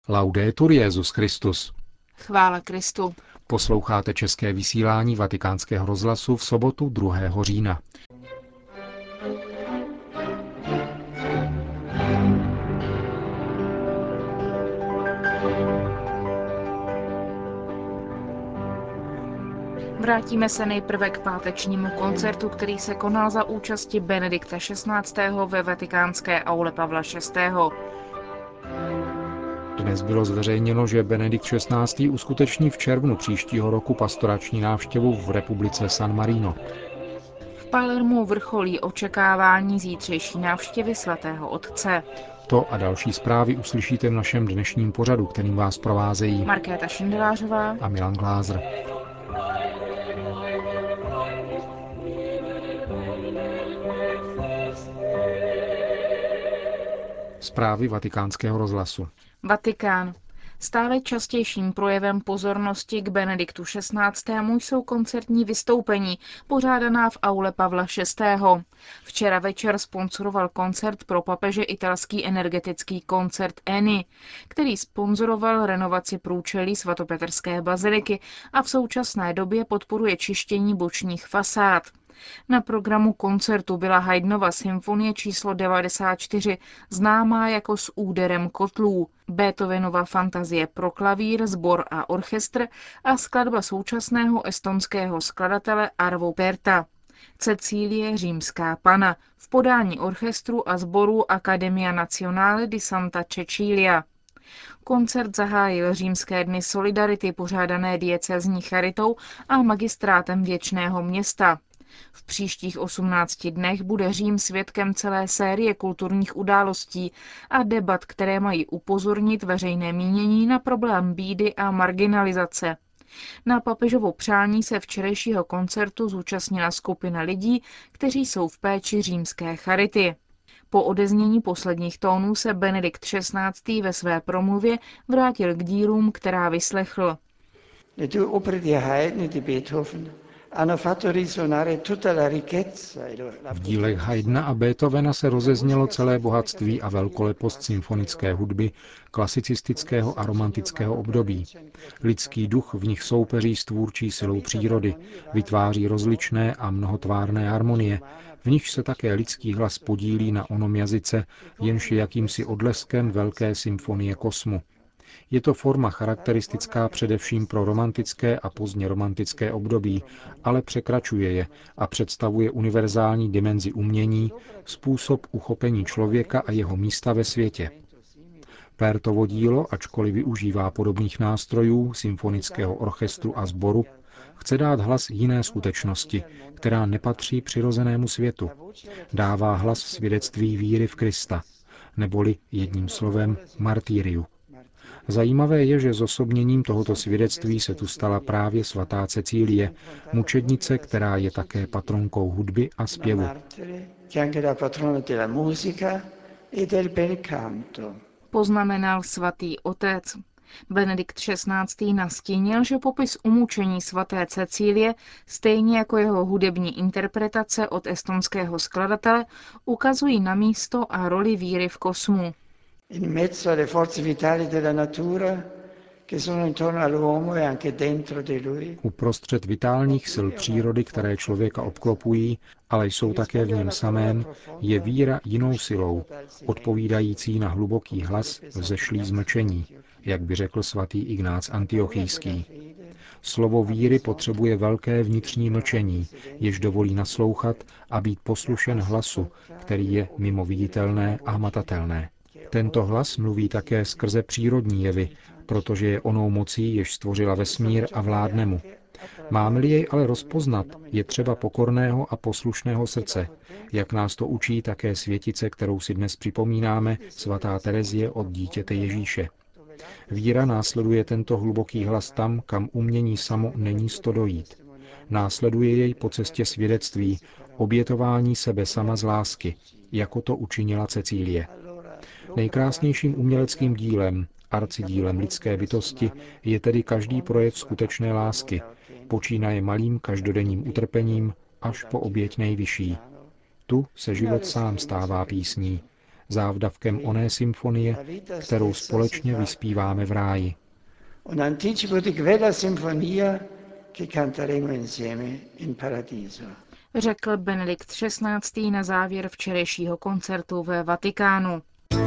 Laudetur Jesus Christus. Chvála Kristu. Posloucháte české vysílání Vatikánského rozhlasu v sobotu 2. října. Vrátíme se nejprve k pátečnímu koncertu, který se konal za účasti Benedikta XVI. Ve vatikánské aule Pavla VI. Dnes bylo zveřejněno, že Benedikt XVI. Uskuteční v červnu příštího roku pastorační návštěvu v republice San Marino. V Palermu vrcholí očekávání zítřejší návštěvy svatého otce. To a další zprávy uslyšíte v našem dnešním pořadu, kterým vás provázejí Markéta Šindelářová a Milan Glázer. Zprávy Vatikánského rozhlasu. Vatikán. Stále častějším projevem pozornosti k Benediktu XVI. Jsou koncertní vystoupení, pořádaná v aule Pavla VI. Včera večer sponzoroval koncert pro papeže italský energetický koncert ENI, který sponzoroval renovaci průčelí svatopetrské baziliky a v současné době podporuje čištění bočních fasád. Na programu koncertu byla Haydnova symfonie číslo 94, známá jako S úderem kotlů, Beethovenova fantazie pro klavír, sbor a orchestr a skladba současného estonského skladatele Arvo Pärta. Cecílie římská pana v podání orchestru a sboru Accademia Nazionale di Santa Cecilia. Koncert zahájil Římské dny solidarity pořádané diecézní charitou a magistrátem Věčného města. V příštích 18 dnech bude Řím svědkem celé série kulturních událostí a debat, které mají upozornit veřejné mínění na problém bídy a marginalizace. Na papežovo přání se včerejšího koncertu zúčastnila skupina lidí, kteří jsou v péči římské charity. Po odeznění posledních tónů se Benedikt XVI. Ve své promluvě vrátil k dílům, která vyslechl. V dílech Haydna a Beethovena se rozeznělo celé bohatství a velkolepost symfonické hudby, klasicistického a romantického období. Lidský duch v nich soupeří s tvůrčí silou přírody, vytváří rozličné a mnohotvárné harmonie, v nich se také lidský hlas podílí na onom jazyce, jenž je jakýmsi odleskem velké symfonie kosmu. Je to forma charakteristická především pro romantické a pozdně romantické období, ale překračuje je a představuje univerzální dimenzi umění, způsob uchopení člověka a jeho místa ve světě. Pärtovo dílo, ačkoliv využívá podobných nástrojů, symfonického orchestru a sboru, chce dát hlas jiné skutečnosti, která nepatří přirozenému světu. Dává hlas svědectví víry v Krista, neboli jedním slovem martýriu. Zajímavé je, že zosobněním tohoto svědectví se tu stala právě svatá Cecílie, mučednice, která je také patronkou hudby a zpěvu. Poznamenal svatý otec. Benedikt XVI. Nastínil, že popis umučení svaté Cecílie, stejně jako jeho hudební interpretace od estonského skladatele, ukazují na místo a roli víry v kosmu. In mezzo alle forze vitali della natura che sono intorno all'uomo e anche dentro di lui. Uprostřed vitálních sil přírody, které člověka obklopují, ale jsou také v něm samém, je víra jinou silou, odpovídající na hluboký hlas vzešlý z mlčení, jak by řekl svatý Ignác Antiochijský. Slovo víry potřebuje velké vnitřní mlčení, jež dovolí naslouchat a být poslušen hlasu, který je mimo viditelné a hmatatelné. Tento hlas mluví také skrze přírodní jevy, protože je onou mocí, jež stvořila vesmír a vládne mu. Máme-li jej ale rozpoznat, je třeba pokorného a poslušného srdce, jak nás to učí také světice, kterou si dnes připomínáme, svatá Terezie od dítěte Ježíše. Víra následuje tento hluboký hlas tam, kam umění samo není sto dojít. Následuje jej po cestě svědectví, obětování sebe sama z lásky, jako to učinila Cecílie. Nejkrásnějším uměleckým dílem, arcidílem lidské bytosti, je tedy každý projev skutečné lásky, počínaje malým každodenním utrpením až po oběť nejvyšší. Tu se život sám stává písní. závdavkem oné symfonie, kterou společně vyspíváme v ráji. Un anticipo di quella sinfonia che canteremo insieme in paradiso. Řekl Benedikt XVI. Na závěr včerejšího koncertu ve Vatikánu.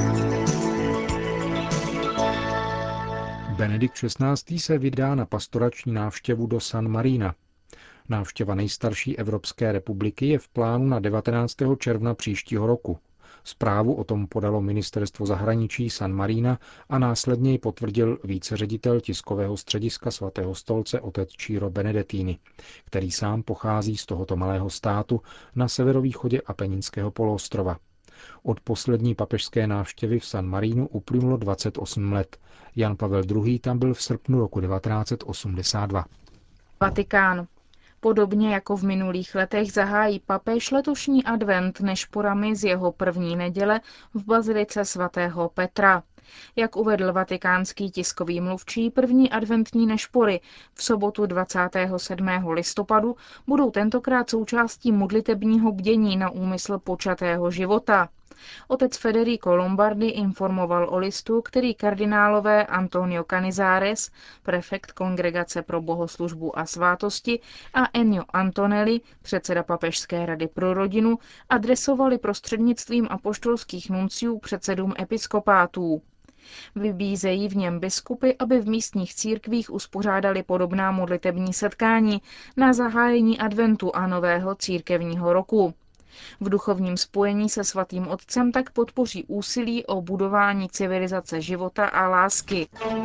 Benedikt XVI. Se vydá na pastorační návštěvu do San Marina. Návštěva nejstarší Evropské republiky je v plánu na 19. června příštího roku. Zprávu o tom podalo ministerstvo zahraničí San Marina a následně ji potvrdil víceředitel tiskového střediska Svatého stolce otec Ciro Benedettini, který sám pochází z tohoto malého státu na severovýchodě Apeninského poloostrova. Od poslední papežské návštěvy v San Marínu uplynulo 28 let. Jan Pavel II. Tam byl v srpnu roku 1982. Vatikán. Podobně jako v minulých letech zahájí papež letošní advent nešporami z jeho první neděle v bazilice svatého Petra. Jak uvedl vatikánský tiskový mluvčí, první adventní nešpory v sobotu 27. listopadu budou tentokrát součástí modlitebního bdění na úmysl počatého života. Otec Federico Lombardi informoval o listu, který kardinálové Antonio Canizares, prefekt Kongregace pro bohoslužbu a svátosti, a Ennio Antonelli, předseda Papežské rady pro rodinu, adresovali prostřednictvím apoštolských nunciů předsedům episkopátů. Vybízejí v něm biskupy, aby v místních církvích uspořádali podobná modlitební setkání na zahájení adventu a nového církevního roku. V duchovním spojení se Svatým Otcem tak podpoří úsilí o budování civilizace života a lásky.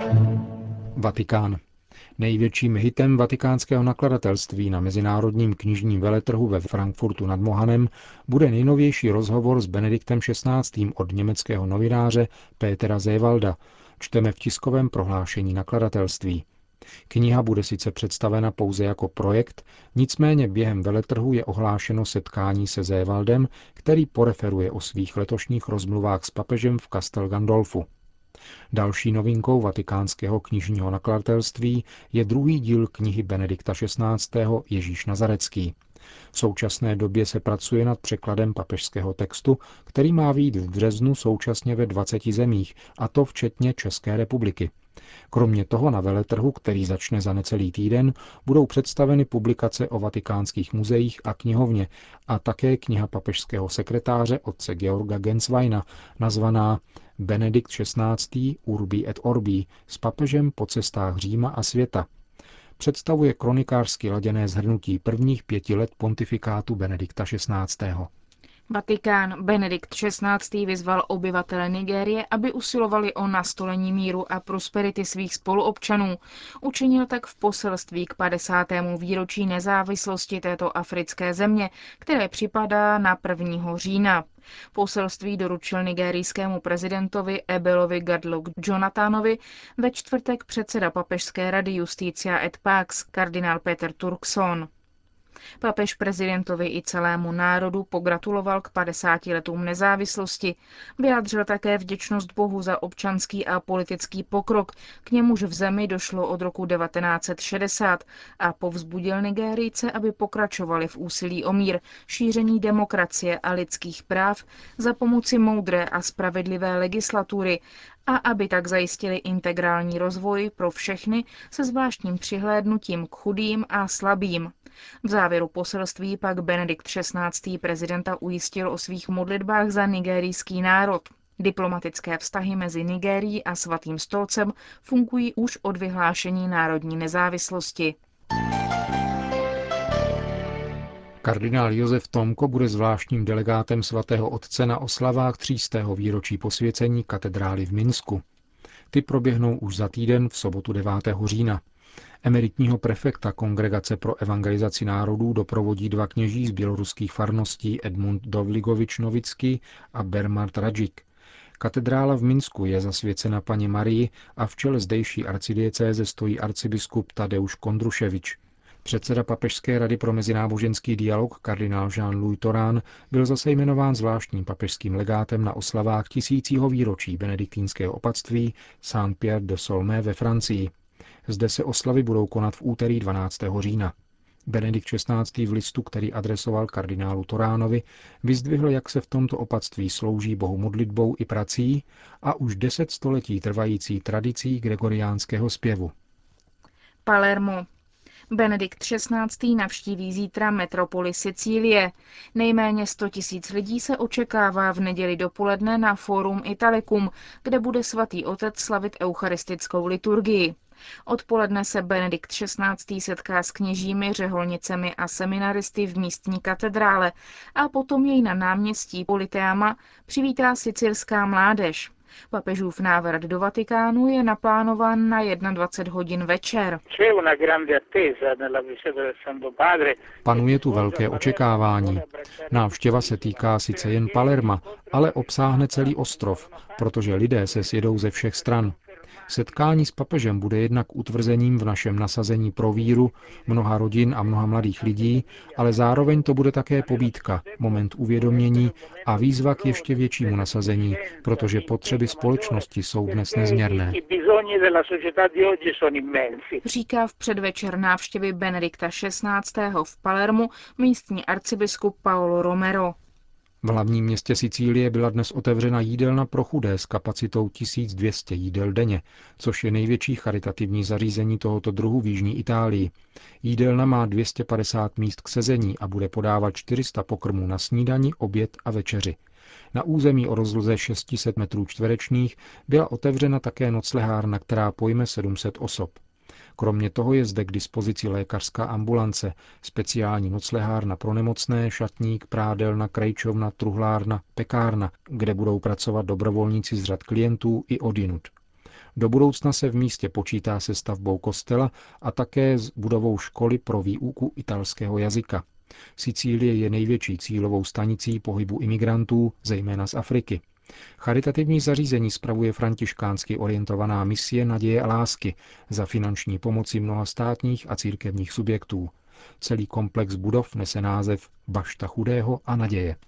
Vatikán. Největším hitem vatikánského nakladatelství na mezinárodním knižním veletrhu ve Frankfurtu nad Mohanem bude nejnovější rozhovor s Benediktem XVI. Od německého novináře Petera Seewalda, čteme v tiskovém prohlášení nakladatelství. Kniha bude sice představena pouze jako projekt, nicméně během veletrhu je ohlášeno setkání se Seewaldem, který poreferuje o svých letošních rozmluvách s papežem v Castel Gandolfu. Další novinkou vatikánského knižního nakladatelství je druhý díl knihy Benedikta XVI. Ježíš Nazarecký. V současné době se pracuje nad překladem papežského textu, který má vyjít v březnu současně ve 20 zemích, a to včetně České republiky. Kromě toho na veletrhu, který začne za necelý týden, budou představeny publikace o vatikánských muzeích a knihovně a také kniha papežského sekretáře otce Georga Gensweina, nazvaná Benedikt XVI. Urbi et Orbi, s papežem po cestách Říma a světa. Představuje kronikářsky laděné shrnutí prvních 5 let pontifikátu Benedikta XVI. Vatikán. Benedikt XVI. Vyzval obyvatele Nigérie, aby usilovali o nastolení míru a prosperity svých spoluobčanů. Učinil tak v poselství k 50. výročí nezávislosti této africké země, které připadá na 1. října. Poselství doručil nigerijskému prezidentovi Ebelovi Goodluck Jonathanovi ve čtvrtek předseda Papežské rady Justitia et Pax kardinál Peter Turkson. Papež prezidentovi i celému národu pogratuloval k 50 letům nezávislosti. Vyjádřil také vděčnost Bohu za občanský a politický pokrok, k němuž v zemi došlo od roku 1960, a povzbudil Nigérijce, aby pokračovali v úsilí o mír, šíření demokracie a lidských práv za pomoci moudré a spravedlivé legislatury a aby tak zajistili integrální rozvoj pro všechny se zvláštním přihlédnutím k chudým a slabým. V závěru poselství pak Benedikt XVI. Prezidenta ujistil o svých modlitbách za nigerijský národ. Diplomatické vztahy mezi Nigérií a Svatým stolcem fungují už od vyhlášení národní nezávislosti. Kardinál Josef Tomko bude zvláštním delegátem Svatého Otce na oslavách 300. výročí posvěcení katedrály v Minsku. Ty proběhnou už za týden v sobotu 9. října. Emeritního prefekta Kongregace pro evangelizaci národů doprovodí 2 kněží z běloruských farností Edmund Dovligovič Novický a Bernard Radžik. Katedrála v Minsku je zasvěcena Panně Marii a v čele zdejší arcidiecéze stojí arcibiskup Tadeusz Kondruševič. Předseda Papežské rady pro mezináboženský dialog kardinál Jean-Louis Torán byl zase jmenován zvláštním papežským legátem na oslavách 1000. výročí benediktínského opatství Saint-Pierre de Solmé ve Francii. Zde se oslavy budou konat v úterý 12. října. Benedikt XVI. V listu, který adresoval kardinálu Toránovi, vyzdvihl, jak se v tomto opatství slouží Bohu modlitbou i prací a už 10 století trvající tradicí gregoriánského zpěvu. Palermo. Benedikt XVI. Navštíví zítra metropoli Sicílie. Nejméně 100 000 lidí se očekává v neděli dopoledne na Forum Italicum, kde bude svatý otec slavit eucharistickou liturgii. Odpoledne se Benedikt XVI. Setká s kněžími, řeholnicemi a seminaristy v místní katedrále a potom jej na náměstí Politeama přivítá sicilská mládež. Papežův návrat do Vatikánu je naplánován na 21 hodin večer. Panuje tu velké očekávání. Návštěva se týká sice jen Palerma, ale obsáhne celý ostrov, protože lidé se sjedou ze všech stran. Setkání s papežem bude jednak utvrzením v našem nasazení pro víru mnoha rodin a mnoha mladých lidí, ale zároveň to bude také pobídka, moment uvědomění a výzva k ještě většímu nasazení, protože potřeby společnosti jsou dnes nezměrné. Říká v předvečer návštěvy Benedikta XVI. V Palermu místní arcibiskup Paolo Romero. V hlavním městě Sicílie byla dnes otevřena jídelna pro chudé s kapacitou 1200 jídel denně, což je největší charitativní zařízení tohoto druhu v jižní Itálii. Jídelna má 250 míst k sezení a bude podávat 400 pokrmů na snídani, oběd a večeři. Na území o rozloze 600 metrů čtverečných byla otevřena také noclehárna, která pojme 700 osob. Kromě toho je zde k dispozici lékařská ambulance, speciální noclehárna pro nemocné, šatník, prádelna, krejčovna, truhlárna, pekárna, kde budou pracovat dobrovolníci z řad klientů i odjinud. Do budoucna se v místě počítá se stavbou kostela a také s budovou školy pro výuku italského jazyka. Sicílie je největší cílovou stanicí pohybu imigrantů, zejména z Afriky. Charitativní zařízení spravuje františkánsky orientovaná misie Naděje a lásky za finanční pomoci mnoha státních a církevních subjektů. Celý komplex budov nese název Bašta chudého a naděje.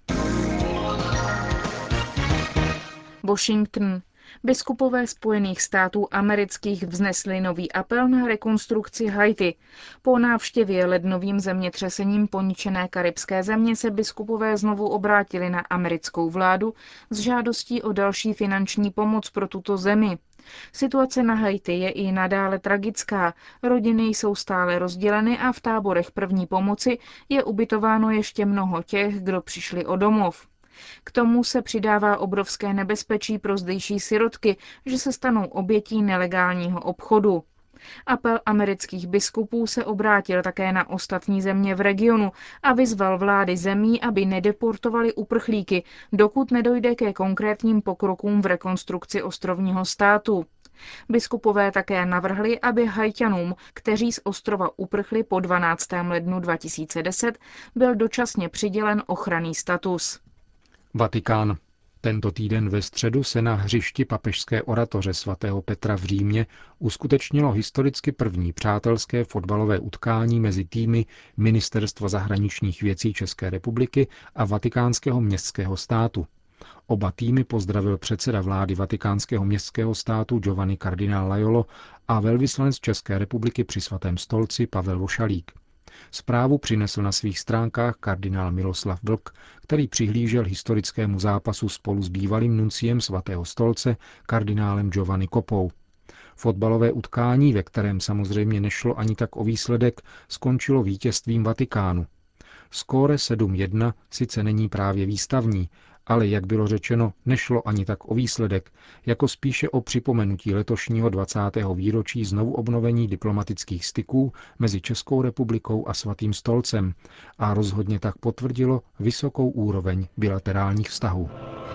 Washington. Biskupové Spojených států amerických vznesli nový apel na rekonstrukci Haiti. Po návštěvě lednovým zemětřesením poničené karibské země se biskupové znovu obrátili na americkou vládu s žádostí o další finanční pomoc pro tuto zemi. Situace na Haiti je i nadále tragická, rodiny jsou stále rozděleny a v táborech první pomoci je ubytováno ještě mnoho těch, kdo přišli o domov. K tomu se přidává obrovské nebezpečí pro zdejší sirotky, že se stanou obětí nelegálního obchodu. Apel amerických biskupů se obrátil také na ostatní země v regionu a vyzval vlády zemí, aby nedeportovali uprchlíky, dokud nedojde ke konkrétním pokrokům v rekonstrukci ostrovního státu. Biskupové také navrhli, aby Haitianům, kteří z ostrova uprchli po 12. lednu 2010, byl dočasně přidělen ochranný status. Vatikán. Tento týden ve středu se na hřišti papežské oratoře svatého Petra v Římě uskutečnilo historicky první přátelské fotbalové utkání mezi týmy Ministerstva zahraničních věcí České republiky a Vatikánského městského státu. Oba týmy pozdravil předseda vlády Vatikánského městského státu Giovanni Cardinal Laiolo a velvyslanec České republiky při Svatém stolci Pavel Vošalík. Zprávu přinesl na svých stránkách kardinál Miloslav Vlk, který přihlížel historickému zápasu spolu s bývalým nunciem Svatého stolce kardinálem Giovanni Copou. Fotbalové utkání, ve kterém samozřejmě nešlo ani tak o výsledek, skončilo vítězstvím Vatikánu. Skóre 7:1 sice není právě výstavní, ale jak bylo řečeno, nešlo ani tak o výsledek, jako spíše o připomenutí letošního 20. výročí znovu obnovení diplomatických styků mezi Českou republikou a Svatým stolcem a rozhodně tak potvrdilo vysokou úroveň bilaterálních vztahů.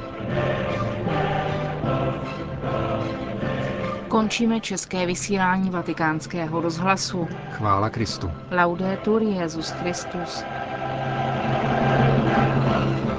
Končíme české vysílání Vatikánského rozhlasu. Chvála Kristu. Laudetur Jesus Christus.